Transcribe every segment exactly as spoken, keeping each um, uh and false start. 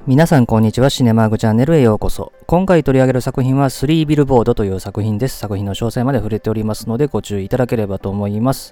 皆さんこんにちは。シネマーグチャンネルへようこそ。今回取り上げる作品はスリービルボードという作品です。作品の詳細まで触れておりますのでご注意いただければと思います。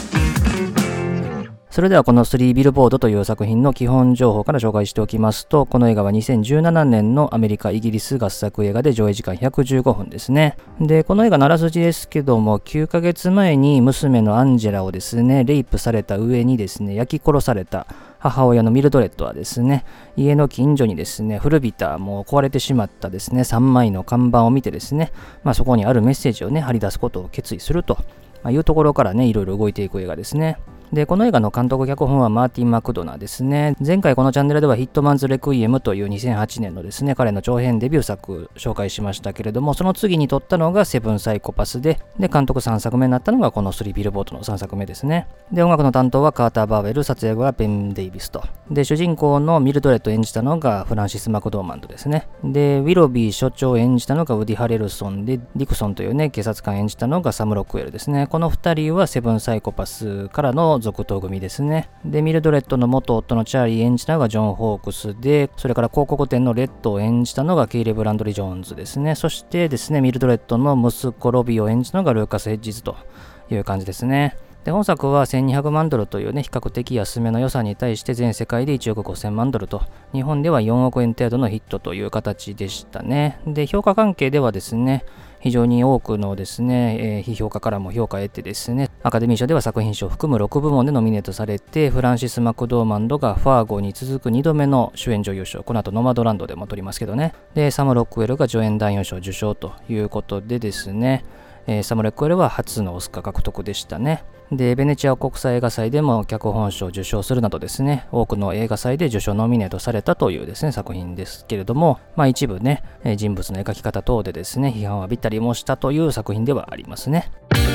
それではこのスリービルボードという作品の基本情報から紹介しておきますと、この映画はにせんじゅうななねんのアメリカ・イギリス合作映画で上映時間ひゃくじゅうごふんですね。で、この映画のあらすじですけども、きゅうかげつまえに娘のアンジェラをですね、レイプされた上にですね、焼き殺された母親のミルドレッドはですね、家の近所にですね、古びた、もう壊れてしまったですね、さんまいの看板を見てですね、まあそこにあるメッセージをね、貼り出すことを決意するというところからね、いろいろ動いていく映画ですね。で、この映画の監督脚本はマーティン・マクドナーですね。前回このチャンネルではヒットマンズ・レクイエムというにせんはちねんのですね、彼の長編デビュー作紹介しましたけれども、その次に撮ったのがセブン・サイコパスで、で、監督さんさくめになったのがこのスリービルボードのさんさくめですね。で、音楽の担当はカーター・バーウェル、撮影はベン・デイビスと。で、主人公のミルドレッドを演じたのがフランシス・マクドーマンドですね。で、ウィロビー所長を演じたのがウディ・ハレルソンで、ディクソンというね、警察官を演じたのがサム・ロックウェルですね。このふたりはセブン・サイコパスからの続投組です。で、ミルドレッドの元夫のチャーリー演じたのがジョン・ホークスで、それから広告店のレッドを演じたのがケイレブ・ランドリー・ジョーンズですね。そしてですね、ミルドレッドの息子ロビーを演じたのがルーカス・ヘッジズという感じですね。で、本作はせんにひゃくまんドルというね、比較的安めの予算に対して全世界でいちおくごせんまんドルと、日本ではよんおくえん程度のヒットという形でしたね。で、評価関係ではですね、非常に多くのですね、えー、批評家からも評価を得てですね、アカデミー賞では作品賞を含むろくぶもんでノミネートされて、フランシス・マクドーマンドがファーゴに続くにどめの主演女優賞、この後ノマドランドでも取りますけどね。で、サム・ロックウェルが助演男優賞受賞ということでですね、えー、サム・ロックウェルは初のオスカー獲得でしたね。で、ベネチア国際映画祭でも脚本賞を受賞するなどですね、多くの映画祭で受賞ノミネートされたというですね、作品ですけれども、まあ一部ね、人物の描き方等でですね、批判を浴びたりもしたという作品ではありますね。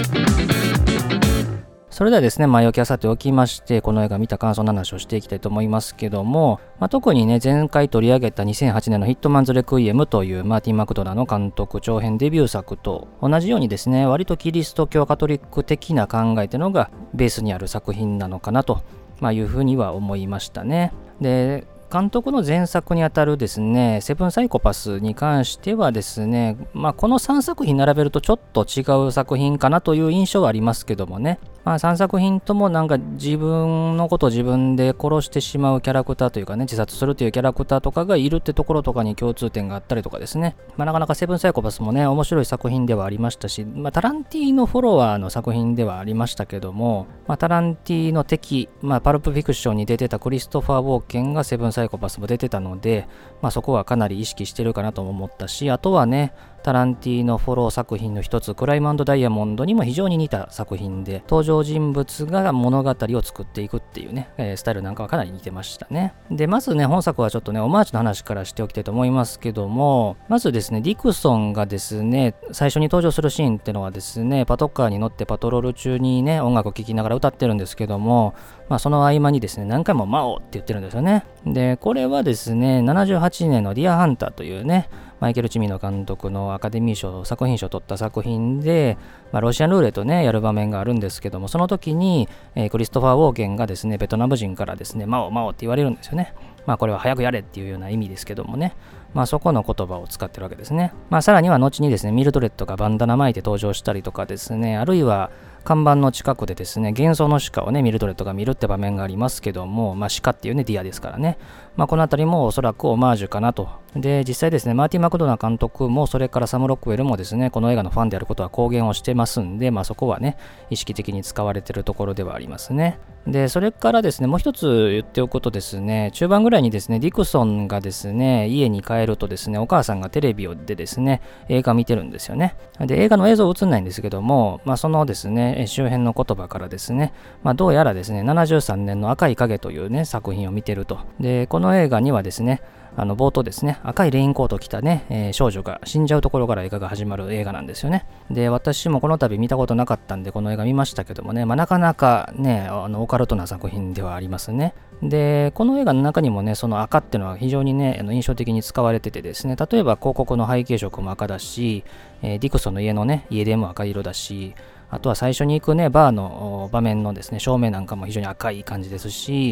それではですね、前置きはさておきまして、この映画見た感想の話をしていきたいと思いますけども、まあ、特にね、前回取り上げたにせんはちねんのヒットマンズ・レクイエムというマーティン・マクドナーの監督長編デビュー作と同じようにですね、割とキリスト教カトリック的な考えというのがベースにある作品なのかなと、まあ、いうふうには思いましたね。で、監督の前作にあたるですね、セブンサイコパスに関してはですね、まあ、このさんさく品並べるとちょっと違う作品かなという印象はありますけどもね、まあ、さんさく品ともなんか自分のことを自分で殺してしまうキャラクターというかね、自殺するというキャラクターとかがいるってところとかに共通点があったりとかですね、まあ、なかなかセブンサイコパスもね、面白い作品ではありましたし、まあ、タランティーノフォロワーの作品ではありましたけども、まあ、タランティーノ的、まあ、パルプフィクションに出てたクリストファー・ウォーケンがセブンサイコパスも出てたので、まあ、そこはかなり意識してるかなとも思ったし、あとはね、タランティーノフォロー作品の一つ、クライム&ダイヤモンドにも非常に似た作品で、登場人物が物語を作っていくっていうね、えー、スタイルなんかはかなり似てましたね。で、まずね、本作はちょっとね、オマージュの話からしておきたいと思いますけども、まずですね、ディクソンがですね、最初に登場するシーンってのはですね、パトカーに乗ってパトロール中にね、音楽を聴きながら歌ってるんですけども、まあ、その合間にですね、何回もマオって言ってるんですよね。で、これはですね、ななじゅうはちねんのディアハンターというね、マイケル・チミノ監督のアカデミー賞、作品賞を取った作品で、まあ、ロシアンルーレットね、やる場面があるんですけども、その時に、えー、クリストファー・ウォーケンがですね、ベトナム人からですね、マオマオって言われるんですよね。まあこれは早くやれっていうような意味ですけどもね。まあそこの言葉を使ってるわけですね。まあさらには後にですね、ミルドレッドがバンダナ巻いて登場したりとかですね、あるいは看板の近くでですね、幻想の鹿をね、ミルドレッドが見るって場面がありますけども、まあ鹿っていうね、ディアですからね。まあこのあたりもおそらくオマージュかなと。で、実際ですね、マーティン・マクドナー監督も、それからサム・ロックウェルもですね、この映画のファンであることは公言をしてますんで、まあそこはね、意識的に使われてるところではありますね。で、それからですね、もう一つ言っておくことですね、中盤ぐらいにですね、ディクソンがですね、家に帰るとですね、お母さんがテレビでですね、映画見てるんですよね。で、映画の映像映んないんですけども、まあそのですね、周辺の言葉からですね、まあどうやらですね、ななじゅうさんねんの赤い影というね、作品を見てると。で、この映画にはですね、あの冒頭ですね、赤いレインコートを着たね、えー、少女が死んじゃうところから映画が始まる映画なんですよね。で、私もこの度見たことなかったんで、この映画見ましたけどもね、まあ、なかなかね、あのオカルトな作品ではありますね。で、この映画の中にもね、その赤っていうのは非常にね、あの印象的に使われててですね、例えば広告の背景色も赤だし、えー、ディクソンの家のね、家電も赤色だし、あとは最初に行くね、バーの場面のですね、照明なんかも非常に赤い感じですし、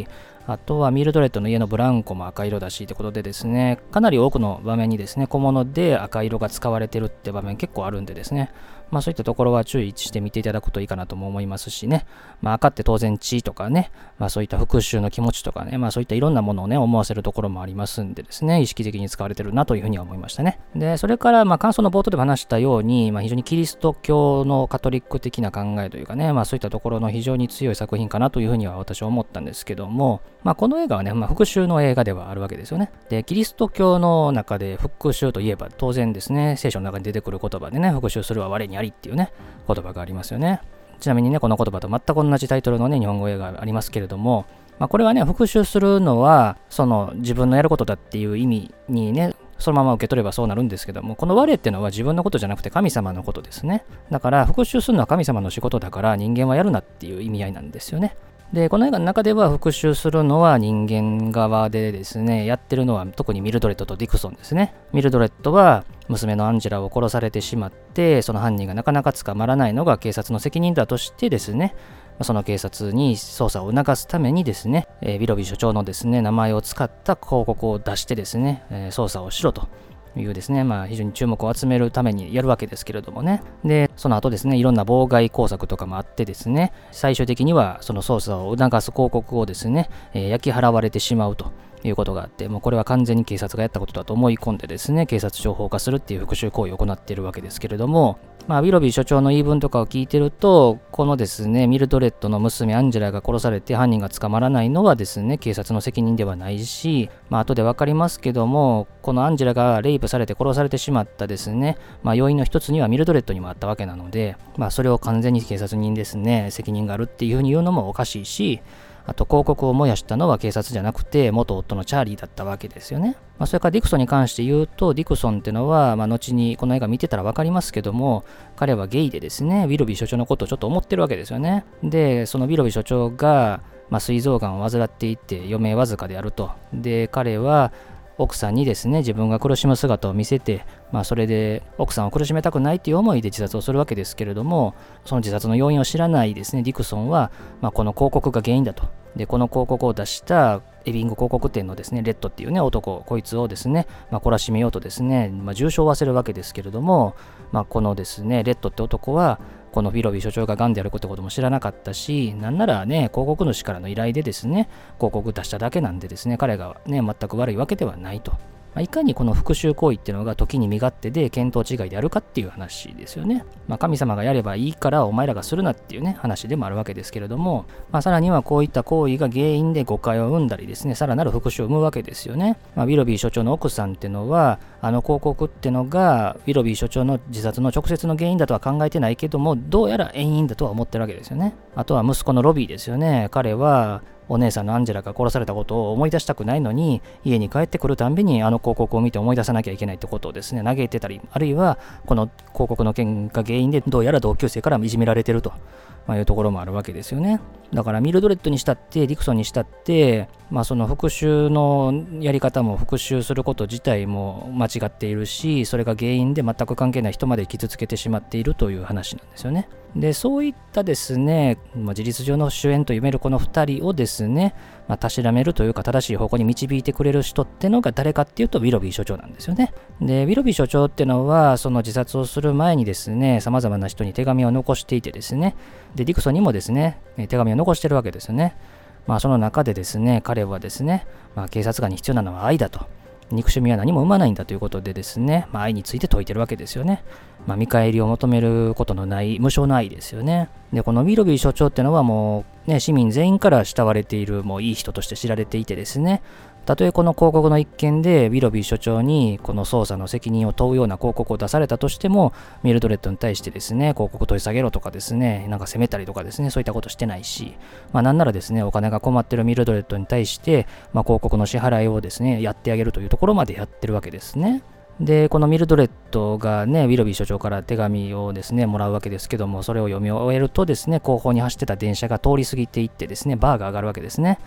あとはミルドレッドの家のブランコも赤色だしってことでですね、かなり多くの場面にですね、小物で赤色が使われてるって場面結構あるんでですね、まあそういったところは注意して見ていただくといいかなとも思いますしね、まあ赤って当然血とかね、まあそういった復讐の気持ちとかね、まあそういったいろんなものをね、思わせるところもありますんでですね、意識的に使われてるなというふうには思いましたね。で、それからまあ感想の冒頭でも話したように、まあ非常にキリスト教のカトリック的な考えというかね、まあそういったところの非常に強い作品かなというふうには私は思ったんですけども、まあこの映画はね、まあ復讐の映画ではあるわけですよね。で、キリスト教の中で復讐といえば当然ですね、聖書の中に出てくる言葉でね、復讐するは我にありっていうね、言葉がありますよね。ちなみにね、この言葉と全く同じタイトルのね、日本語映画がありますけれども、まあ、これはね、復讐するのは、その自分のやることだっていう意味にね、そのまま受け取ればそうなるんですけども、この我っていうのは自分のことじゃなくて神様のことですね。だから復讐するのは神様の仕事だから人間はやるなっていう意味合いなんですよね。で、この映画の中では復讐するのは人間側でですね、やってるのは特にミルドレッドとディクソンですね。ミルドレッドは娘のアンジェラを殺されてしまって、その犯人がなかなか捕まらないのが警察の責任だとしてですね、その警察に捜査を促すためにですね、えー、ウィロビー所長のですね、名前を使った広告を出してですね、えー、捜査をしろと。いうですね、まあ非常に注目を集めるためにやるわけですけれどもね。で、その後ですね、いろんな妨害工作とかもあってですね、最終的にはその捜査を促す広告をですね、えー、焼き払われてしまうということがあって、もうこれは完全に警察がやったことだと思い込んでですね、警察庁放火するっていう復讐行為を行っているわけですけれども、まあ、ウィロビー所長の言い分とかを聞いてると、このですね、ミルドレッドの娘アンジェラが殺されて犯人が捕まらないのはですね、警察の責任ではないし、まあ後でわかりますけども、このアンジェラがレイプされて殺されてしまったですね、まあ要因の一つにはミルドレッドにもあったわけなので、まあそれを完全に警察にですね、責任があるっていうふうに言うのもおかしいし、あと広告を燃やしたのは警察じゃなくて元夫のチャーリーだったわけですよね。まあ、それからディクソンに関して言うと、ディクソンってのは、まあ、後にこの映画見てたらわかりますけども、彼はゲイでですね、ウィロビー所長のことをちょっと思ってるわけですよね。で、そのウィロビー所長が、まあ、膵臓がんを患っていて余命わずかであると。で、彼は奥さんにですね、自分が苦しむ姿を見せて、まあそれで奥さんを苦しめたくないという思いで自殺をするわけですけれども、その自殺の要因を知らないですね、ディクソンは、まあ、この広告が原因だと。で、この広告を出したエビング広告店のですね、レッドっていうね、男、こいつをですね、まあ、懲らしめようとですね、まあ、重傷を負わせるわけですけれども、まあ、このですね、レッドって男は、このウィロビー所長が癌であることも知らなかったし、なんならね、広告主からの依頼でですね、広告出しただけなんでですね、彼がね、全く悪いわけではないと。まあ、いかにこの復讐行為っていうのが時に身勝手で見当違いであるかっていう話ですよね。まあ、神様がやればいいからお前らがするなっていうね話でもあるわけですけれども、まあ、さらにはこういった行為が原因で誤解を生んだりですね、さらなる復讐を生むわけですよね。まあ、ウィロビー所長の奥さんっていうのは、あの広告っていうのがウィロビー所長の自殺の直接の原因だとは考えてないけども、どうやら遠因だとは思ってるわけですよね。あとは息子のロビーですよね。彼はお姉さんのアンジェラが殺されたことを思い出したくないのに、家に帰ってくるたんびにあの広告を見て思い出さなきゃいけないってことをですね、嘆いてたり、あるいはこの広告の件が原因でどうやら同級生からいじめられてると、まあ、いうところもあるわけですよね。だからミルドレッドにしたってディクソンにしたって、まあ、その復讐のやり方も復讐すること自体も間違っているし、それが原因で全く関係ない人まで傷つけてしまっているという話なんですよね。で、そういったですね、まあ、事実上の主演と夢るこのふたりをですね、まあ、たしらめるというか正しい方向に導いてくれる人ってのが誰かっていうとウィロビー所長なんですよね。で、ウィロビー所長ってのはその自殺をする前にですね、様々な人に手紙を残していてですね、で、ディクソンにもですね、手紙を残してるわけですよね。まあその中でですね、彼はですね、まあ、警察官に必要なのは愛だと。憎しみは何も生まないんだということでですね、まあ、愛について説いてるわけですよね。まあ、見返りを求めることのない無償の愛ですよね。で、このウィロビー所長ってのはもうね、市民全員から慕われているもういい人として知られていてですね、たとえこの広告の一件でウィロビー所長にこの捜査の責任を問うような広告を出されたとしても、ミルドレッドに対してですね、広告取り下げろとかですね、なんか責めたりとかですね、そういったことしてないし、まあなんならですね、お金が困ってるミルドレッドに対して、まあ広告の支払いをですね、やってあげるというところまでやってるわけですね。で、このミルドレッドがね、ウィロビー所長から手紙をですね、もらうわけですけども、それを読み終えるとですね、後方に走ってた電車が通り過ぎていってですね、バーが上がるわけですね。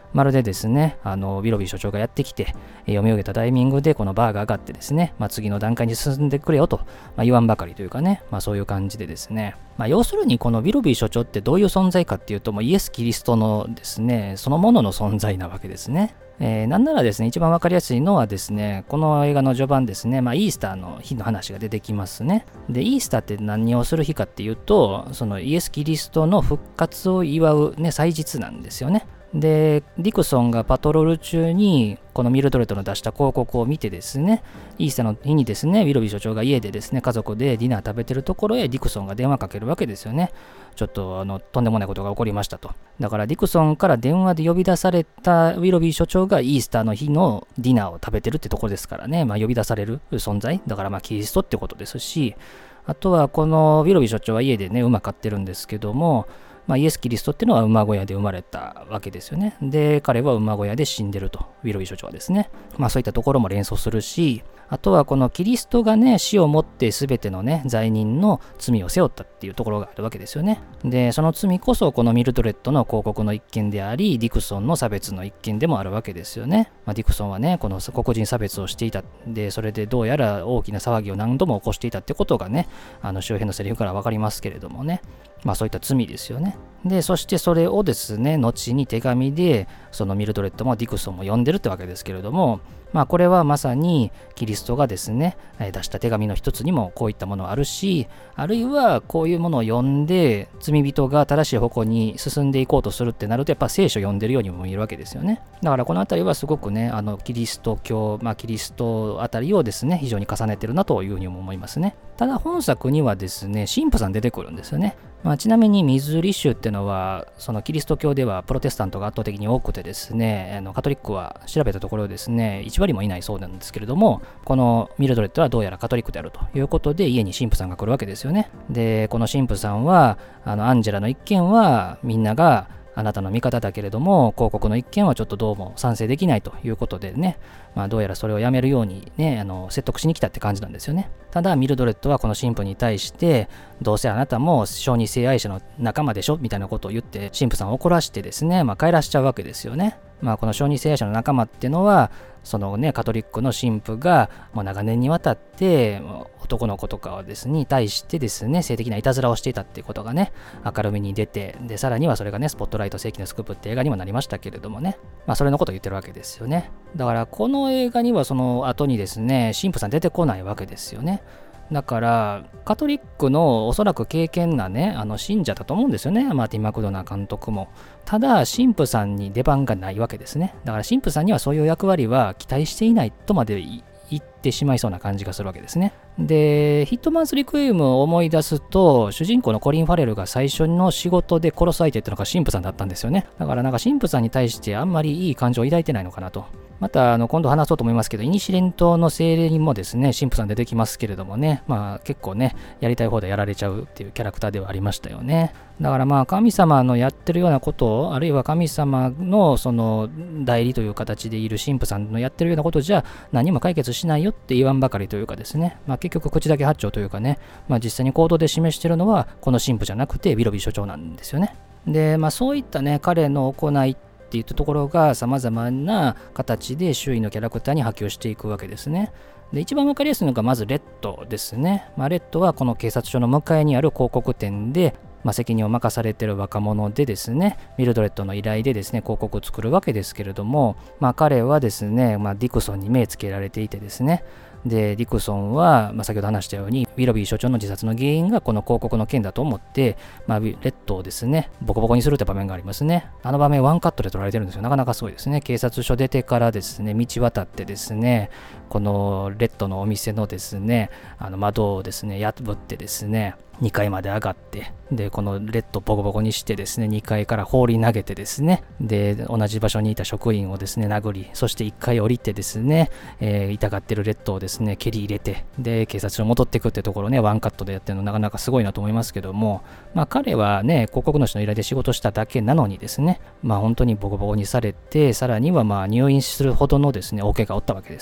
まるでですね、あのウィロビー所長がやってきて、読み上げたタイミングでこのバーが上がってですね、まあ、次の段階に進んでくれよと、まあ、言わんばかりというかね、まあ、そういう感じでですね、まあ、要するにこのウィロビー所長ってどういう存在かっていうと、もうイエス・キリストのですね、そのものの存在なわけですね。えー、なんならですね、一番わかりやすいのはですね、この映画の序盤ですね、まあ、イースターの日の話が出てきますね。で、イースターって何をする日かっていうと、そのイエス・キリストの復活を祝う、ね、祭日なんですよね。で、ディクソンがパトロール中にこのミルドレッドの出した広告を見てですね、イースターの日にですね、ウィロビー所長が家でですね、家族でディナー食べてるところへディクソンが電話かけるわけですよね。ちょっとあのとんでもないことが起こりましたと。だからディクソンから電話で呼び出されたウィロビー所長がイースターの日のディナーを食べてるってところですからね、まあ呼び出される存在。だからまあキリストってことですし、あとはこのウィロビー所長は家でね、馬飼ってるんですけども、まあ、イエス・キリストっていうのは馬小屋で生まれたわけですよね。で、彼は馬小屋で死んでると、ウィロビー所長はですね。まあそういったところも連想するし、あとはこのキリストがね、死をもって全てのね、罪人の罪を背負ったっていうところがあるわけですよね。で、その罪こそこのミルドレッドの広告の一件であり、ディクソンの差別の一件でもあるわけですよね。まあ、ディクソンはね、この黒人差別をしていた。で、それでどうやら大きな騒ぎを何度も起こしていたってことがね、あの周辺のセリフからわかりますけれどもね。まあそういった罪ですよね。で、そしてそれをですね、後に手紙で、そのミルドレッドもディクソンも読んでるってわけですけれども、まあこれはまさにキリストがですね、出した手紙の一つにもこういったものがあるし、あるいはこういうものを読んで、罪人が正しい方向に進んでいこうとするってなると、やっぱ聖書を読んでるようにも見えるわけですよね。だからこのあたりはすごくね、あのキリスト教、まあキリストあたりをですね、非常に重ねてるなというふうにも思いますね。ただ本作にはですね、神父さん出てくるんですよね。まあ、ちなみにミズーリ州っていうのはそのキリスト教ではプロテスタントが圧倒的に多くてですね、あのカトリックは調べたところですねいち割もいないそうなんですけれども、このミルドレッドはどうやらカトリックであるということで家に神父さんが来るわけですよね。で、この神父さんはあのアンジェラの一件はみんながあなたの味方だけれども、広告の一件はちょっとどうも賛成できないということでね、まあどうやらそれをやめるようにね、あの説得しに来たって感じなんですよね。ただミルドレッドはこの神父に対して、どうせあなたも小児性愛者の仲間でしょみたいなことを言って神父さんを怒らしてですね、まあ帰らしちゃうわけですよね。まあこの小児性愛者の仲間っていうのは、そのねカトリックの神父がもう長年にわたって男の子とかをですねに対してですね性的ないたずらをしていたっていうことがね明るみに出て、でさらにはそれがねスポットライト世紀のスクープって映画にもなりましたけれどもね、まあそれのことを言ってるわけですよね。だからこの映画にはその後にですね神父さん出てこないわけですよね。だからカトリックのおそらく敬虔なねあの信者だと思うんですよね、マーティン・マクドナー監督も。ただ神父さんに出番がないわけですね。だから神父さんにはそういう役割は期待していないとまで言ってしまいそうな感じがするわけですね。で、ヒットマンズ・リクエイムを思い出すと、主人公のコリン・ファレルが最初の仕事で殺す相手っていうのが神父さんだったんですよね。だからなんか神父さんに対してあんまりいい感情を抱いてないのかなと。またあの今度話そうと思いますけど、イニシレントの精霊にもですね神父さん出てきますけれどもね、まあ結構ねやりたい放題やられちゃうっていうキャラクターではありましたよね。だからまあ神様のやってるようなことを、あるいは神様のその代理という形でいる神父さんのやってるようなことじゃ何も解決しないよって言わんばかりというかですね、まあ結局口だけ八丁というかね、まあ実際に行動で示してるのはこの神父じゃなくてビロビー所長なんですよね。で、まあそういったね彼の行いっていったところが様々な形で周囲のキャラクターに波及していくわけですね。で、一番わかりやすいのがまずレッドですね。まあ、レッドはこの警察署の向かいにある広告店で、まあ、責任を任されている若者でですね、ミルドレッドの依頼でですね、広告を作るわけですけれども、まあ、彼はですね、まあ、ディクソンに目つけられていてですね、で、ディクソンは、まあ、先ほど話したように、ウィロビー所長の自殺の原因がこの広告の件だと思って、まあ、レッドをですね、ボコボコにするって場面がありますね。あの場面ワンカットで撮られてるんですよ。なかなかすごいですね。警察署出てからですね、道渡ってですね、このレッドのお店のですね、あの窓をですね、破ってですね、にかいまで上がって、で、このレッドボコボコにしてですね、にかいから放り投げてですね、で、同じ場所にいた職員をですね、殴り、そしていっかい降りてですね、えー、痛がってるレッドをですね、蹴り入れて、で、警察署に戻っていくってところね、ワンカットでやってるのなかなかすごいなと思いますけども、まあ彼はね、広告主の依頼で仕事しただけなのにですね、まあ本当にボコボコにされて、さらにはまあ入院するほどのですね、大怪我を負ったわけですね。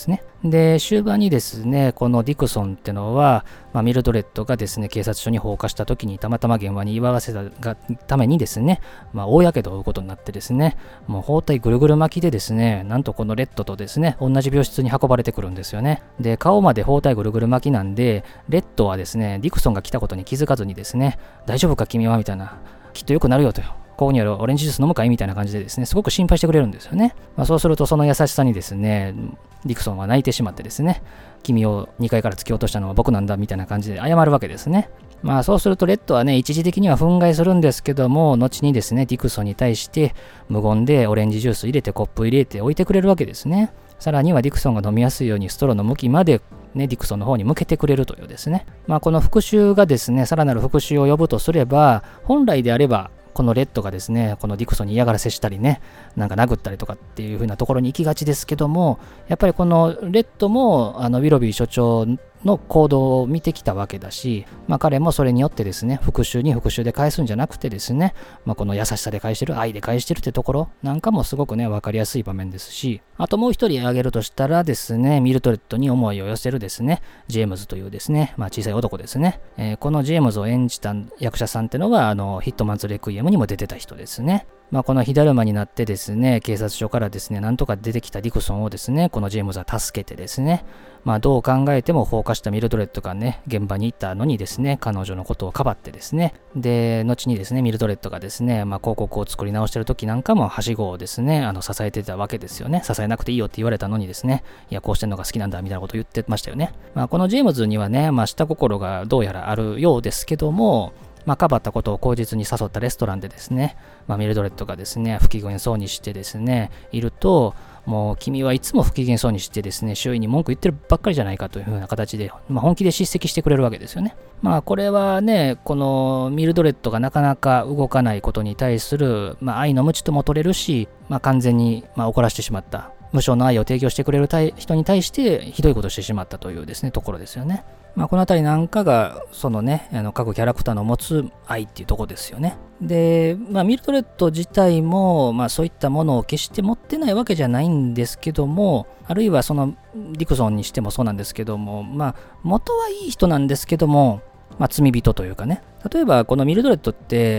で、終盤にですね、このディクソンってのは、まあ、ミルドレッドがですね、警察署に放火した時にたまたま現場に居合わせたがためにですね、まあ、大やけどを負うことになってですね、もう包帯ぐるぐる巻きでですね、なんとこのレッドとですね、同じ病室に運ばれてくるんですよね。で、顔まで包帯ぐるぐる巻きなんで、レッドはですね、ディクソンが来たことに気づかずにですね、大丈夫か君はみたいな、きっと良くなるよと。ここにあるオレンジジュース飲むかいみたいな感じでですね、すごく心配してくれるんですよね。まあ、そうするとその優しさにですね、ディクソンは泣いてしまってですね、君をにかいから突き落としたのは僕なんだみたいな感じで謝るわけですね。まあそうするとレッドはね、一時的には憤慨するんですけども、後にですね、ディクソンに対して無言でオレンジジュース入れてコップ入れて置いてくれるわけですね。さらにはディクソンが飲みやすいようにストローの向きまでね、ディクソンの方に向けてくれるというですね。まあこの復讐がですね、さらなる復讐を呼ぶとすれば、本来であればこのレッドがですね、このディクソンに嫌がらせしたりね、なんか殴ったりとかっていう風なところに行きがちですけども、やっぱりこのレッドもあのウィロビー所長の行動を見てきたわけだし、まあ彼もそれによってですね、復讐に復讐で返すんじゃなくてですね、まあこの優しさで返してる、愛で返してるってところなんかもすごくね、わかりやすい場面ですし、あともう一人挙げるとしたらですね、ミルドレッドに思いを寄せるですね、ジェームズというですね、まあ小さい男ですね。えー、このジェームズを演じた役者さんってのは、あの、ヒットマンズレクイエムにも出てた人ですね。まあ、この火だるまになってですね、警察署からですね、なんとか出てきたディクソンをですね、このジェームズは助けてですね、まあ、どう考えても放火したミルドレッドがね、現場に行ったのにですね、彼女のことをかばってですね、で、後にですね、ミルドレッドがですね、まあ、広告を作り直してる時なんかも、はしごをですね、あの、支えてたわけですよね。支えなくていいよって言われたのにですね、いや、こうしてんのが好きなんだ、みたいなことを言ってましたよね。まあ、このジェームズにはね、まあ、下心がどうやらあるようですけども、まあ、かばったことを口実に誘ったレストランでですね、まあ、ミルドレッドがですね、不機嫌そうにしてですね、いると、もう君はいつも不機嫌そうにしてですね、周囲に文句言ってるばっかりじゃないかというふうな形で、まあ、本気で叱責してくれるわけですよね。まあこれはね、このミルドレッドがなかなか動かないことに対する、まあ、愛の鞭とも取れるし、まあ、完全にまあ怒らせてしまった。無償の愛を提供してくれる人に対してひどいことをしてしまったというですね、ところですよね。まあ、このあたりなんかが、そのね、あの各キャラクターの持つ愛っていうところですよね。で、まあ、ミルドレッド自体も、まあ、そういったものを決して持ってないわけじゃないんですけども、あるいはそのディクソンにしてもそうなんですけども、まあ、元はいい人なんですけども、まあ、罪人というかね。例えば、このミルドレッドって、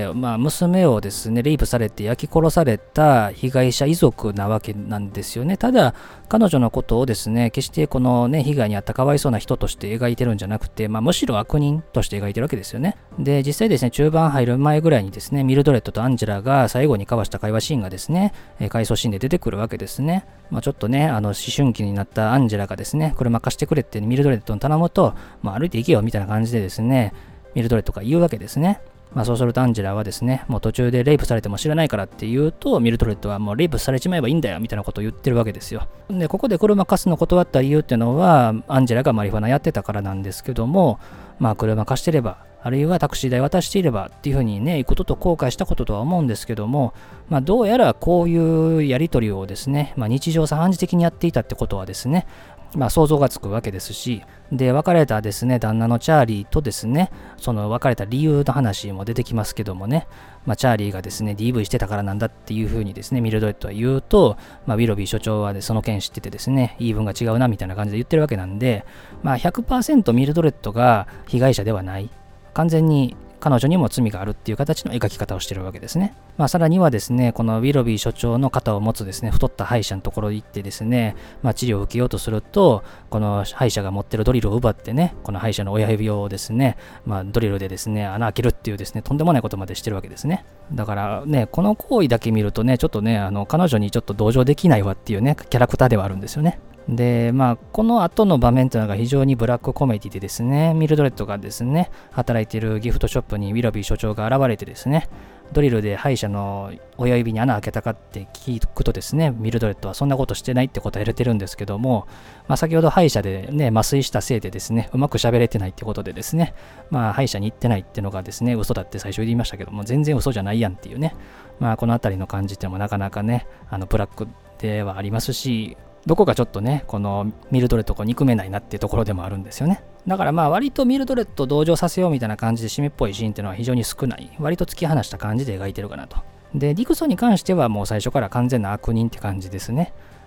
まあ、娘をですね、レイプされて焼き殺された被害者遺族なわけなんですよね。ただ、彼女のことをですね、決してこのね、被害に遭ったかわいそうな人として描いてるんじゃなくて、まあ、むしろ悪人として描いてるわけですよね。で、実際ですね、中盤入る前ぐらいにですね、ミルドレッドとアンジェラが最後に交わした会話シーンがですね、えー、回想シーンで出てくるわけですね。まあ、ちょっとね、あの、思春期になったアンジェラがですね、車貸してくれってミルドレッドに頼むと、まあ、歩いて行けよみたいな感じでですね、ミルドレッドが言うわけですね。まあそうするとアンジェラはですね、もう途中でレイプされても知らないからって言うと、ミルドレッドはもうレイプされちまえばいいんだよみたいなことを言ってるわけですよ。で、ここで車貸すの断った理由っていうのは、アンジェラがマリファナやってたからなんですけども、まあ車貸してれば、あるいはタクシー代渡していればっていうふうにね、行くことと後悔したこととは思うんですけども、まあどうやらこういうやりとりをですね、まあ日常茶飯事的にやっていたってことはですね、まあ想像がつくわけですし、で、別れたですね、旦那のチャーリーとですね、その別れた理由の話も出てきますけどもね、まあチャーリーがですね、ディーブイ してたからなんだっていうふうにですね、ミルドレッドは言うと、まあウィロビー所長は、ね、その件知っててですね、言い分が違うなみたいな感じで言ってるわけなんで、まあ ひゃくパーセント ミルドレッドが被害者ではない。完全に彼女にも罪があるっていう形の描き方をしているわけですね。まあ、さらにはですね、このウィロビー所長の肩を持つですね、太った歯医者のところに行ってですね、まあ、治療を受けようとすると、この歯医者が持ってるドリルを奪ってね、この歯医者の親指をですね、まあ、ドリルでですね、穴開けるっていうですね、とんでもないことまでしてるわけですね。だからね、この行為だけ見るとね、ちょっとね、あの彼女にちょっと同情できないわっていうね、キャラクターではあるんですよね。で、まあ、この後の場面というのが非常にブラックコメディでですね、ミルドレッドがですね、働いているギフトショップにウィロビー所長が現れてですね、ドリルで歯医者の親指に穴開けたかって聞くとですね、ミルドレッドはそんなことしてないって答えられてるんですけども、まあ、先ほど歯医者でね、麻酔したせいでですね、うまく喋れてないってことでですね、まあ、歯医者に行ってないっていうのがですね、嘘だって最初言いましたけども、全然嘘じゃないやんっていうね、まあ、このあたりの感じっていうのもなかなかね、あのブラックではありますし、どこかちょっとね、このミルドレッドを憎めないなっていうところでもあるんですよね。だからまあ割とミルドレッドを同情させようみたいな感じで締めっぽいシーンっていうのは非常に少ない。割と突き放した感じで描いてるかなと。で、ディクソンに関してはもう最初から完全な悪人って感じですね。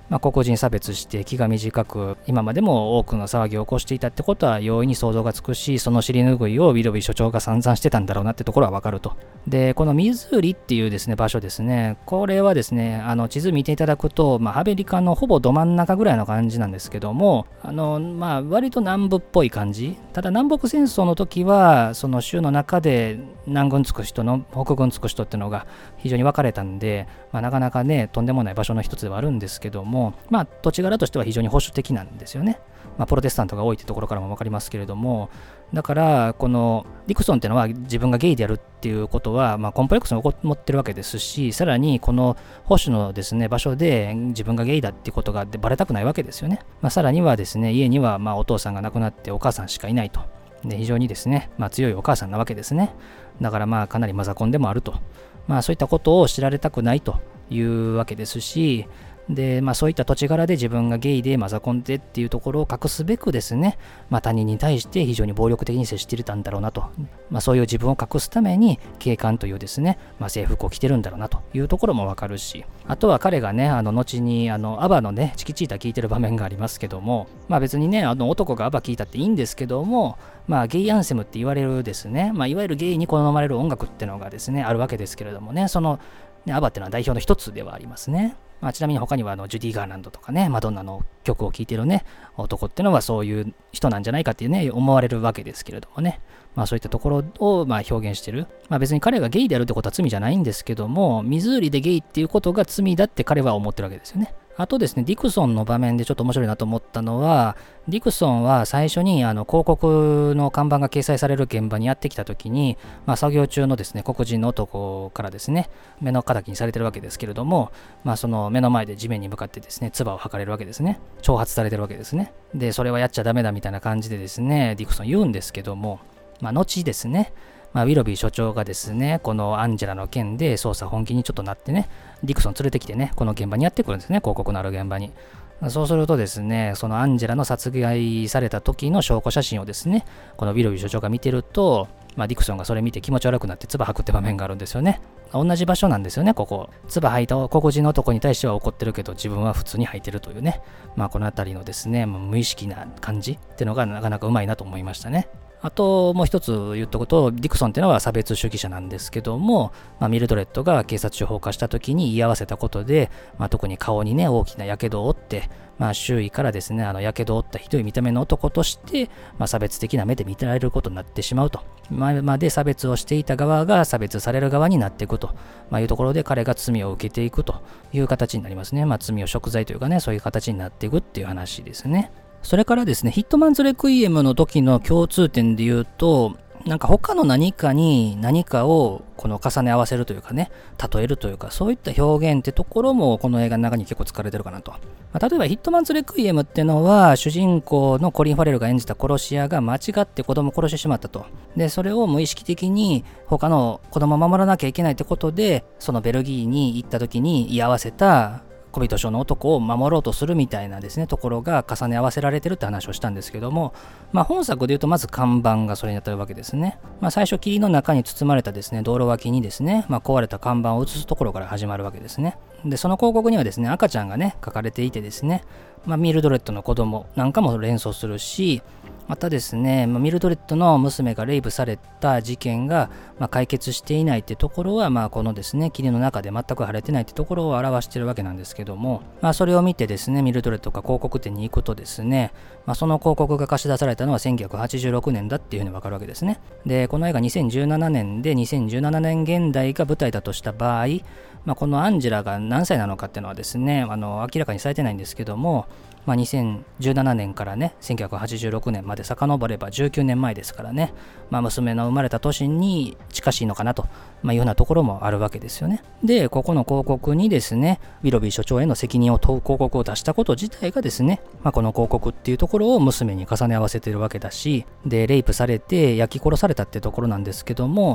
まあ、黒人差別して気が短く今までも多くの騒ぎを起こしていたってことは容易に想像がつくし、その尻拭いをウィロビー所長が散々してたんだろうなってところはわかると。でこのミズーリっていうですね場所ですね、これはですねあの地図見ていただくと、まあ、アメリカのほぼど真ん中ぐらいの感じなんですけども、あのまあ割と南部っぽい感じ。ただ南北戦争の時はその州の中で南軍つく人の北軍つく人っていうのが非常に分かれたんで、まあ、なかなかねとんでもない場所の一つではあるんですけども、まあ土地柄としては非常に保守的なんですよね。まあ、プロテスタントが多いってところからも分かりますけれども、だからこのディクソンっていうのは自分がゲイであるっていうことは、まあ、コンプレックスを持ってるわけですし、さらにこの保守のですね場所で自分がゲイだっていうことがバレたくないわけですよね。まあ、さらにはですね家にはまあお父さんが亡くなってお母さんしかいないと。で非常にですね、まあ、強いお母さんなわけですね。だからまあかなりマザコンでもあると、まあ、そういったことを知られたくないというわけですし、で、まあ、そういった土地柄で自分がゲイでマザコンでっていうところを隠すべくですね、まあ、他人に対して非常に暴力的に接していたんだろうなと、まあ、そういう自分を隠すために警官というですね、まあ、制服を着てるんだろうなというところもわかるし、あとは彼がねあの後にあのアバのねチキチータ聞いてる場面がありますけども、まあ別にねあの男がアバ聞いたっていいんですけども、まあゲイアンセムって言われるですね、まあいわゆるゲイに好まれる音楽ってのがですねあるわけですけれどもね、そのねアバっていうのは代表の一つではありますね。まあ、ちなみに他にはあのジュディ・ガーランドとかね、マドンナの曲を聴いてるね、男ってのはそういう人なんじゃないかっていうね、思われるわけですけれどもね。まあそういったところをまあ表現してる。まあ別に彼がゲイであるってことは罪じゃないんですけども、ミズーリでゲイっていうことが罪だって彼は思ってるわけですよね。あとですね、ディクソンの場面でちょっと面白いなと思ったのは、ディクソンは最初にあの広告の看板が掲載される現場にやってきたときに、まあ、作業中のですね、黒人の男からですね、目の敵にされてるわけですけれども、まあ、その目の前で地面に向かってですね、唾を吐かれるわけですね。挑発されてるわけですね。で、それはやっちゃダメだみたいな感じでですね、ディクソン言うんですけども、まあ、後ですね、まあ、ウィロビー所長がですね、このアンジェラの件で捜査本気にちょっとなってね、ディクソン連れてきてね、この現場にやってくるんですね、広告のある現場に。そうするとですね、そのアンジェラの殺害された時の証拠写真をですね、このウィロビー所長が見てると、まあ、ディクソンがそれ見て気持ち悪くなって唾吐くって場面があるんですよね。同じ場所なんですよね、ここ。唾吐いた黒人の男に対しては怒ってるけど、自分は普通に吐いてるというね、まあこのあたりのですね、無意識な感じっていうのがなかなかうまいなと思いましたね。あともう一つ言っとくと、ディクソンっていうのは差別主義者なんですけども、まあ、ミルドレッドが警察署放火した時に言い合わせたことで、まあ、特に顔にね大きな火傷を負って、まあ、周囲からですねあの火傷を負ったひどい見た目の男として、まあ、差別的な目で見られることになってしまうと、まあ、で差別をしていた側が差別される側になっていくと、まあ、いうところで彼が罪を受けていくという形になりますね。まあ、罪を贖罪というかね、そういう形になっていくっていう話ですね。それからですね、ヒットマンズレクイエムの時の共通点で言うと、なんか他の何かに何かをこの重ね合わせるというかね、例えるというか、そういった表現ってところもこの映画の中に結構使われてるかなと。まあ、例えばヒットマンズレクイエムってのは、主人公のコリン・ファレルが演じた殺し屋が間違って子供を殺してしまったと。で、それを無意識的に他の子供を守らなきゃいけないってことで、そのベルギーに行った時に居合わせた小人症の男を守ろうとするみたいなですねところが重ね合わせられてるって話をしたんですけども、まあ、本作でいうとまず看板がそれになってるわけですね。まあ、最初霧の中に包まれたですね道路脇にですね、まあ、壊れた看板を映すところから始まるわけですね。でその広告にはですね赤ちゃんがね書かれていてですね、まあ、ミルドレッドの子供なんかも連想するし、またですね、まあ、ミルドレッドの娘がレイプされた事件が、まあ、解決していないってところは、まあ、このですね霧の中で全く晴れてないってところを表しているわけなんですけども、まあ、それを見てですねミルドレッドが広告店に行くとですね、まあ、その広告が貸し出されたのはせんきゅうひゃくはちじゅうろくねんだっていうふうに分かるわけですね。でこの映画にせんじゅうななねんでにせんじゅうななねん現代が舞台だとした場合、まあ、このアンジェラが何歳なのかっていうのはですねあの明らかにされてないんですけども、まあ、にせんじゅうななねんからねせんきゅうひゃくはちじゅうろくねんまで遡ればじゅうきゅうねんまえですからね、まあ、娘の生まれた年に近しいのかなと、まあ、いうようなところもあるわけですよね。でここの広告にですねウィロビー所長への責任を問う広告を出したこと自体がですね、まあ、この広告っていうところを娘に重ね合わせてるわけだし、でレイプされて焼き殺されたってところなんですけども、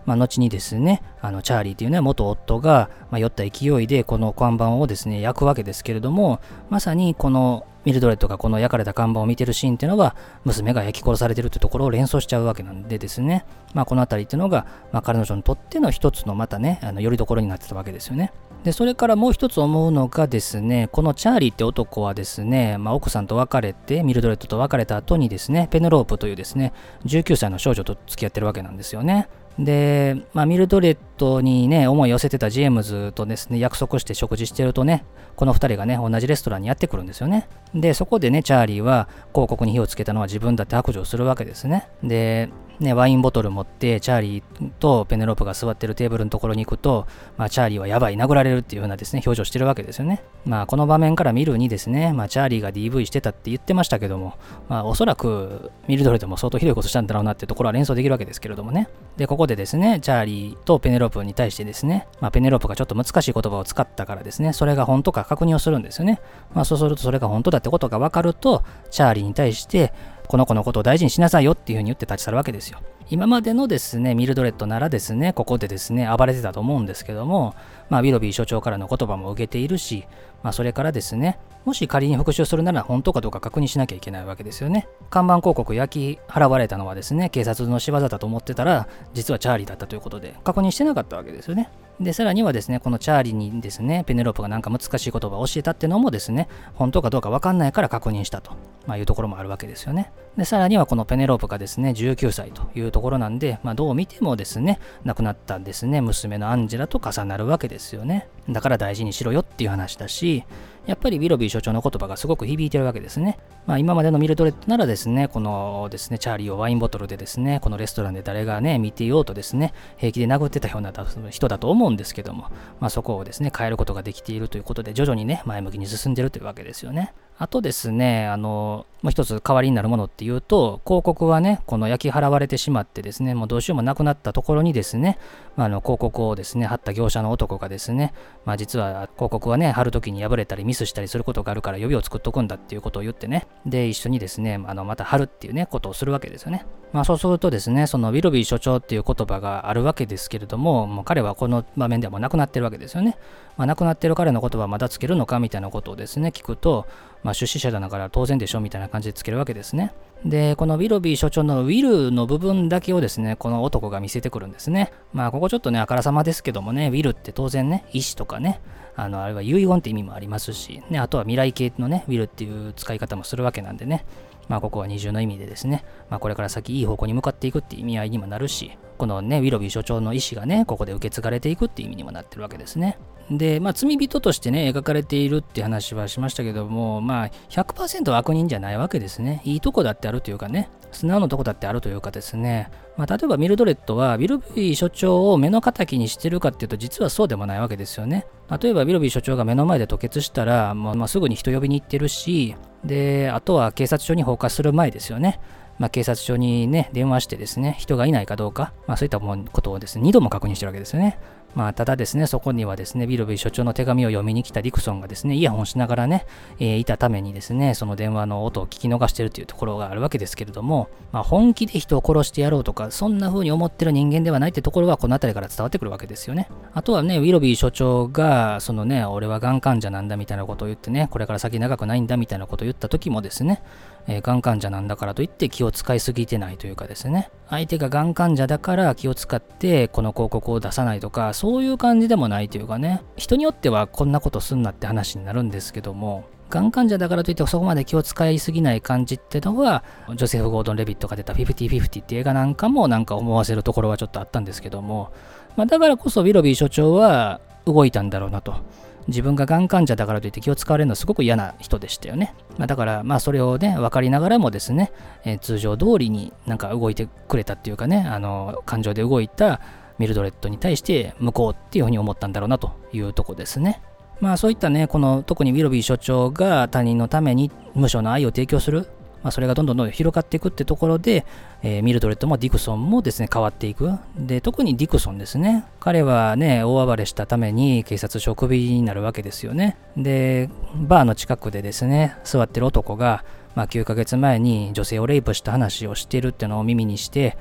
まあ、後にですね、あのチャーリーというね、元夫が、まあ、酔った勢いでこの看板をですね、焼くわけですけれども、まさにこのミルドレッドがこの焼かれた看板を見てるシーンっていうのは、娘が焼き殺されてるってところを連想しちゃうわけなんでですね、まあ、この辺りっていうのが、まあ、彼女にとっての一つのまたね、あの拠り所になってたわけですよね。で、それからもう一つ思うのがですね、このチャーリーって男はですね、まあ、奥さんと別れて、ミルドレッドと別れた後にですね、ペネロープというですね、じゅうきゅうさいの少女と付き合ってるわけなんですよね。で、まあ、ミルドレッドにね、思い寄せてたジェームズとですね、約束して食事してるとね、このふたりがね、同じレストランにやってくるんですよね。で、そこでね、チャーリーは広告に火をつけたのは自分だって白状するわけですね。で、ね、ワインボトル持ってチャーリーとペネロープが座ってるテーブルのところに行くと、まあ、チャーリーはやばい、殴られるっていう風なですね、表情してるわけですよね。まあ、この場面から見るにですね、まあ、チャーリーが ディーブイ してたって言ってましたけども、まあ、おそらくミルドレッドも相当ひどいことしたんだろうなってところは連想できるわけですけれどもね。で、ここでですね、チャーリーとペネロープに対してですね、まあ、ペネロープがちょっと難しい言葉を使ったからですね、それが本当か確認をするんですよね。まあ、そうするとそれが本当だってことが分かると、チャーリーに対して、この子のことを大事にしなさいよっていうふうに言って立ち去るわけですよ。今までのですね、ミルドレッドならですね、ここでですね、暴れてたと思うんですけども、まあ、ウィロビー所長からの言葉も受けているし、まあ、それからですね、もし仮に復讐するなら本当かどうか確認しなきゃいけないわけですよね。看板広告焼き払われたのはですね、警察の仕業だと思ってたら、実はチャーリーだったということで、確認してなかったわけですよね。で、さらにはですね、このチャーリーにですね、ペネロープがなんか難しい言葉を教えたってのもですね、本当かどうか分かんないから確認したと、まあ、いうところもあるわけですよね。で、さらにはこのペネロープがですね、じゅうきゅうさいというところなんで、まあ、どう見てもですね、亡くなったですね、娘のアンジェラと重なるわけですよね。だから大事にしろよっていう話だし、やっぱりウィロビー所長の言葉がすごく響いてるわけですね。まあ、今までのミルドレッドならですね、このですね、チャーリーをワインボトルでですね、このレストランで誰がね、見ていようとですね、平気で殴ってたような人だと思うんですけども、まあ、そこをですね、変えることができているということで、徐々にね、前向きに進んでるというわけですよね。あとですね、あの、もう一つ代わりになるものっていうと、広告はね、この焼き払われてしまってですね、もうどうしようもなくなったところにですね、まあ、あの広告をですね、貼った業者の男がですね、まあ、実は広告はね、貼るときに破れたりミスしたりすることがあるから予備を作っとくんだっていうことを言ってね、で、一緒にですね、あのまた貼るっていうね、ことをするわけですよね。まあ、そうするとですね、そのウィロビー所長っていう言葉があるわけですけれども、もう彼はこの場面ではもう亡くなってるわけですよね。まあ、亡くなってる彼の言葉はまだつけるのかみたいなことをですね、聞くと、まあ、出資者だから当然でしょみたいな感じでつけるわけですね。で、このウィロビー所長のウィルの部分だけをですね、この男が見せてくるんですね。まあ、ここちょっとね、あからさまですけどもね、ウィルって当然ね、意思とかね、あの、あれは遺言って意味もありますし、ね、あとは未来形のね、ウィルっていう使い方もするわけなんでね、まあ、ここは二重の意味でですね、まあ、これから先いい方向に向かっていくっていう意味合いにもなるし、このね、ウィロビー所長の意思がね、ここで受け継がれていくっていう意味にもなってるわけですね。で、まあ、罪人としてね、描かれているって話はしましたけども、まあ、ひゃくパーセント 悪人じゃないわけですね。いいとこだってあるというかね、素直なとこだってあるというかですね、まあ、例えばミルドレッドはウィルビー所長を目の敵にしてるかっていうと実はそうでもないわけですよね。例えばウィルビー所長が目の前で吐血したら、もうまあ、すぐに人呼びに行ってるし、で、あとは警察署に放火する前ですよね。まあ、警察署にね、電話してですね、人がいないかどうか、まあ、そういったことをですね、にども確認してるわけですよね。まあ、ただですね、そこにはですね、ウィルビー所長の手紙を読みに来たディクソンがですね、イヤホンしながらね、えー、いたためにですね、その電話の音を聞き逃してるというところがあるわけですけれども、まあ、本気で人を殺してやろうとか、そんな風に思ってる人間ではないってところは、この辺りから伝わってくるわけですよね。あとはね、ウィルビー所長が、そのね、俺はがん患者なんだみたいなことを言ってね、これから先長くないんだみたいなことを言った時もですね、えー、がん患者なんだからといって気を使いすぎてないというかですね、相手ががん患者だから気を使ってこの広告を出さないとか、そういう感じでもないというかね、人によってはこんなことすんなって話になるんですけども、がん患者だからといってそこまで気を使いすぎない感じってのは、ジョセフ・ゴードン・レビットが出たフィフティフィフティって映画なんかもなんか思わせるところはちょっとあったんですけども、まあ、だからこそウィロビー所長は動いたんだろうなと。自分ががん患者だからといって気を使われるのはすごく嫌な人でしたよね。まあ、だからまあそれをね分かりながらもですね、えー、通常通りになんか動いてくれたっていうかね、あの感情で動いたミルドレッドに対して向こうっていうふうに思ったんだろうなというとこですね。まあそういったね、この特にウィロビー所長が他人のために無償の愛を提供する、まあ、それがどんどんどんどん広がっていくってところで、えー、ミルドレッドもディクソンもですね変わっていく。で、特にディクソンですね。彼はね、大暴れしたために警察署クビになるわけですよね。で、バーの近くでですね、座ってる男が、まあ、きゅうかげつまえに女性をレイプした話をしているっていうのを耳にして、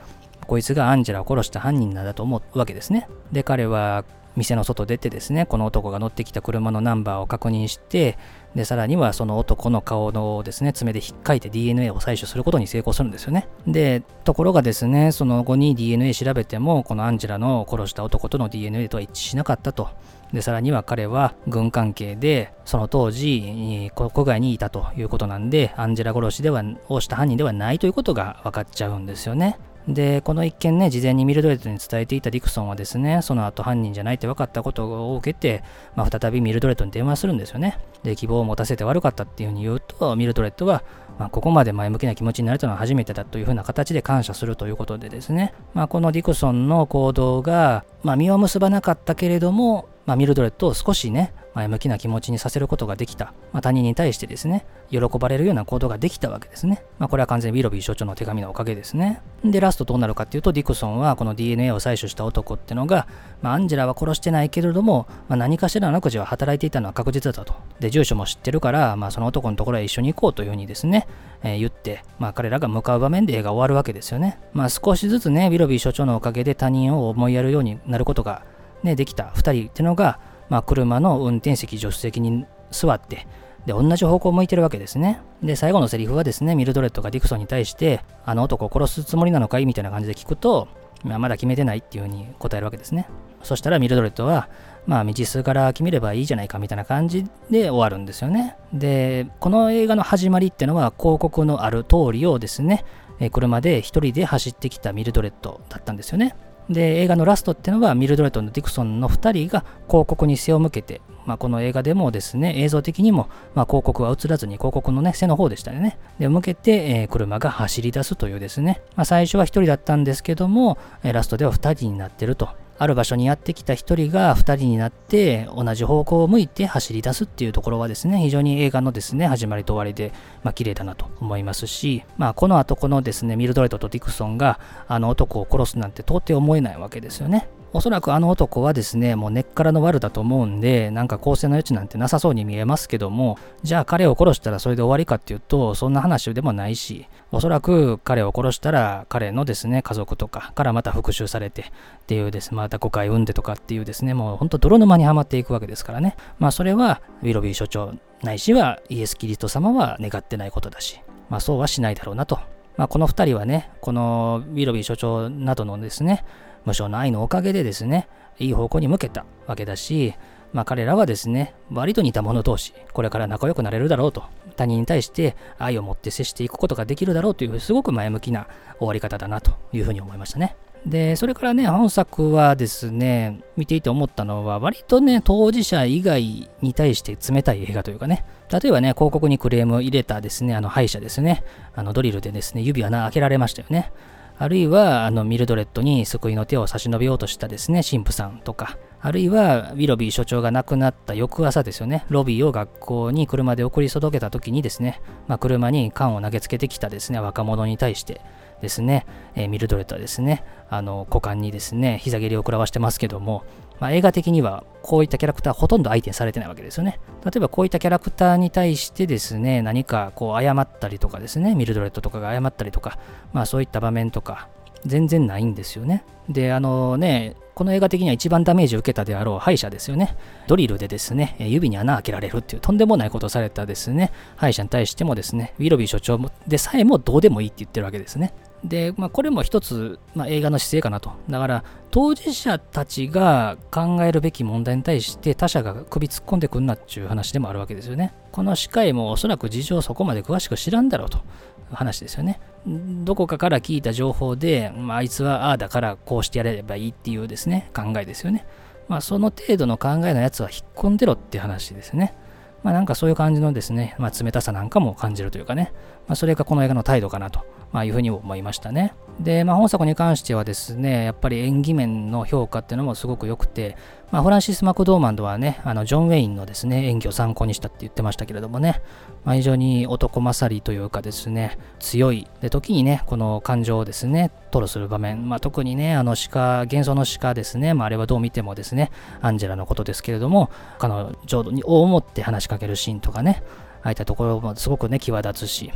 こいつがアンジェラを殺した犯人なんだと思うわけですね。で、彼は店の外出てですね、この男が乗ってきた車のナンバーを確認して、で、さらにはその男の顔のですね、爪で引っかいて ディーエヌエー を採取することに成功するんですよね。で、ところがですね、その後に ディーエヌエー 調べても、このアンジェラの殺した男との ディーエヌエー とは一致しなかったと。で、さらには彼は軍関係で、その当時、国外にいたということなんで、アンジェラ殺しでは、をした犯人ではないということが分かっちゃうんですよね。で、この一件ね、事前にミルドレッドに伝えていたディクソンはですね、その後犯人じゃないって分かったことを受けて、まあ、再びミルドレッドに電話するんですよね。で、希望を持たせて悪かったっていうふうに言うと、ミルドレッドは、まあ、ここまで前向きな気持ちになれたのは初めてだというふうな形で感謝するということでですね、まあ、このディクソンの行動が、まあ、実を結ばなかったけれども、まあ、ミルドレッドを少しね、前向きな気持ちにさせることができた。まあ、他人に対してですね、喜ばれるような行動ができたわけですね。まあ、これは完全にウィロビー所長の手紙のおかげですね。で、ラストどうなるかっていうと、ディクソンはこの ディーエヌエー を採取した男ってのが、まあ、アンジェラは殺してないけれども、まあ、何かしらの悪事は働いていたのは確実だと。で、住所も知ってるから、まあ、その男のところへ一緒に行こうというふうにですね、えー、言って、まあ、彼らが向かう場面で映画終わるわけですよね。まあ、少しずつね、ウィロビー所長のおかげで他人を思いやるようになることが、ね、できたふたりっていうのが、まあ、車の運転席、助手席に座って、で、同じ方向を向いてるわけですね。で、最後のセリフはですね、ミルドレッドがディクソンに対して、あの男を殺すつもりなのかいみたいな感じで聞くと、まあ、まだ決めてないっていうふうに答えるわけですね。そしたらミルドレッドは、まあ、未知数から決めればいいじゃないかみたいな感じで終わるんですよね。で、この映画の始まりってのは、広告のある通りをですね、車で一人で走ってきたミルドレッドだったんですよね。で、映画のラストっていうのはミルドレッドとディクソンのふたりが広告に背を向けて、まあ、この映画でもですね、映像的にも、まあ、広告は映らずに広告のね、背の方でしたよね。で、向けて、えー、車が走り出すというですね、まあ、最初はひとりだったんですけども、えー、ラストではふたりになってると。ある場所にやってきたひとりがふたりになって同じ方向を向いて走り出すっていうところはですね、非常に映画のですね、始まりと終わりで、まあ、綺麗だなと思いますし、まあ、この後このですね、ミルドレッドとディクソンがあの男を殺すなんて到底思えないわけですよね。おそらくあの男はですね、もう根っからの悪だと思うんで、なんか更生の余地なんてなさそうに見えますけども、じゃあ彼を殺したらそれで終わりかっていうと、そんな話でもないし、おそらく彼を殺したら彼のですね、家族とかからまた復讐されてっていうですね、また誤解を生んでとかっていうですね、もうほんと泥沼にはまっていくわけですからね。まあそれはウィロビー所長ないしはイエス・キリスト様は願ってないことだし、まあそうはしないだろうなと。まあこの二人はね、このウィロビー所長などのですね、無償の愛のおかげでですね、いい方向に向けたわけだし、まあ彼らはですね、割と似た者同士、これから仲良くなれるだろうと、他人に対して愛を持って接していくことができるだろうという、すごく前向きな終わり方だなというふうに思いましたね。で、それからね、本作はですね、見ていて思ったのは、割とね、当事者以外に対して冷たい映画というかね、例えばね、広告にクレームを入れたですね、あの歯医者ですね、あのドリルでですね、指穴開けられましたよね。あるいは、あの、ミルドレッドに救いの手を差し伸べようとしたですね、神父さんとか、あるいは、ウィロビー所長が亡くなった翌朝ですよね、ロビーを学校に車で送り届けた時にですね、まあ、車に缶を投げつけてきたですね、若者に対してですね、えー、ミルドレッドはですね、あの、股間にですね、膝蹴りを食らわしてますけども、まあ、映画的にはこういったキャラクターほとんど相手にされてないわけですよね。例えばこういったキャラクターに対してですね、何かこう謝ったりとかですね、ミルドレッドとかが謝ったりとか、まあそういった場面とか全然ないんですよね。で、あのね、この映画的には一番ダメージを受けたであろう歯医者ですよね。ドリルでですね、指に穴開けられるっていうとんでもないことをされたですね、歯医者に対してもですね、ウィロビー所長でさえもどうでもいいって言ってるわけですね。で、まあ、これも一つ、まあ、映画の姿勢かなと。だから、当事者たちが考えるべき問題に対して他者が首突っ込んでくんなっていう話でもあるわけですよね。この歯科医もおそらく事情をそこまで詳しく知らんだろうという話ですよね。どこかから聞いた情報で、まあ、あいつはああだからこうしてやればいいっていうですね、考えですよね。まあ、その程度の考えのやつは引っ込んでろっていう話ですね。まあ、なんかそういう感じのですね、まあ、冷たさなんかも感じるというかね、まあ、それがこの映画の態度かなと、まあ、いうふうに思いましたね。で、まあ、本作に関してはですね、やっぱり演技面の評価っていうのもすごく良くて、まあ、フランシス・マクドーマンドはね、あのジョン・ウェインのですね、演技を参考にしたって言ってましたけれどもね、まあ、非常に男勝りというかですね、強い。で、時にね、この感情をですね、吐露する場面、まあ、特にね、あの鹿、幻想の鹿ですね、まあ、あれはどう見てもですね、アンジェラのことですけれども、彼女を思って話しかけるシーンとかね、ああいったところもすごくね、際立つし、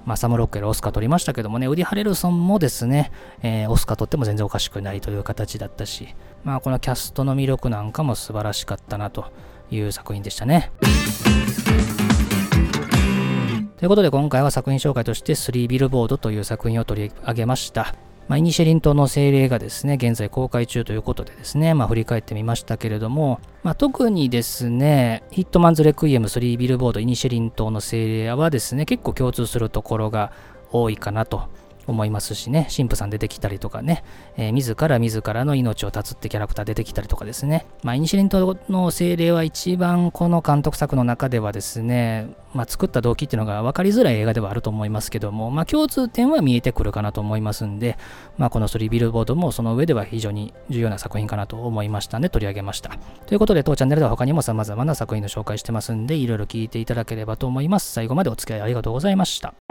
まあ、サム・ロックウェルオスカー取りましたけどもね、ウディ・ハレルソンもですね、えー、オスカー取っても全然おかしくないという形だったし、まあ、このキャストの魅力なんかも素晴らしかったなという作品でしたね。ということで今回は作品紹介としてスリービルボードという作品を取り上げました。まあ、イニシェリン島の精霊がですね、現在公開中ということでですね、まあ、振り返ってみましたけれども、まあ、特にですね、ヒットマンズレクイエムスリービルボードイニシェリン島の精霊はですね、結構共通するところが多いかなと思いますしね、神父さん出てきたりとかね、えー、自ら自らの命を絶つってキャラクター出てきたりとかですね、まあ、イニシェリン島の精霊は一番この監督作の中ではですね、まあ、作った動機っていうのが分かりづらい映画ではあると思いますけども、まあ、共通点は見えてくるかなと思いますんで、まあ、このスリービルボードもその上では非常に重要な作品かなと思いましたので取り上げました。ということで当チャンネルでは他にも様々な作品の紹介してますんで、いろいろ聞いていただければと思います。最後までお付き合いありがとうございました。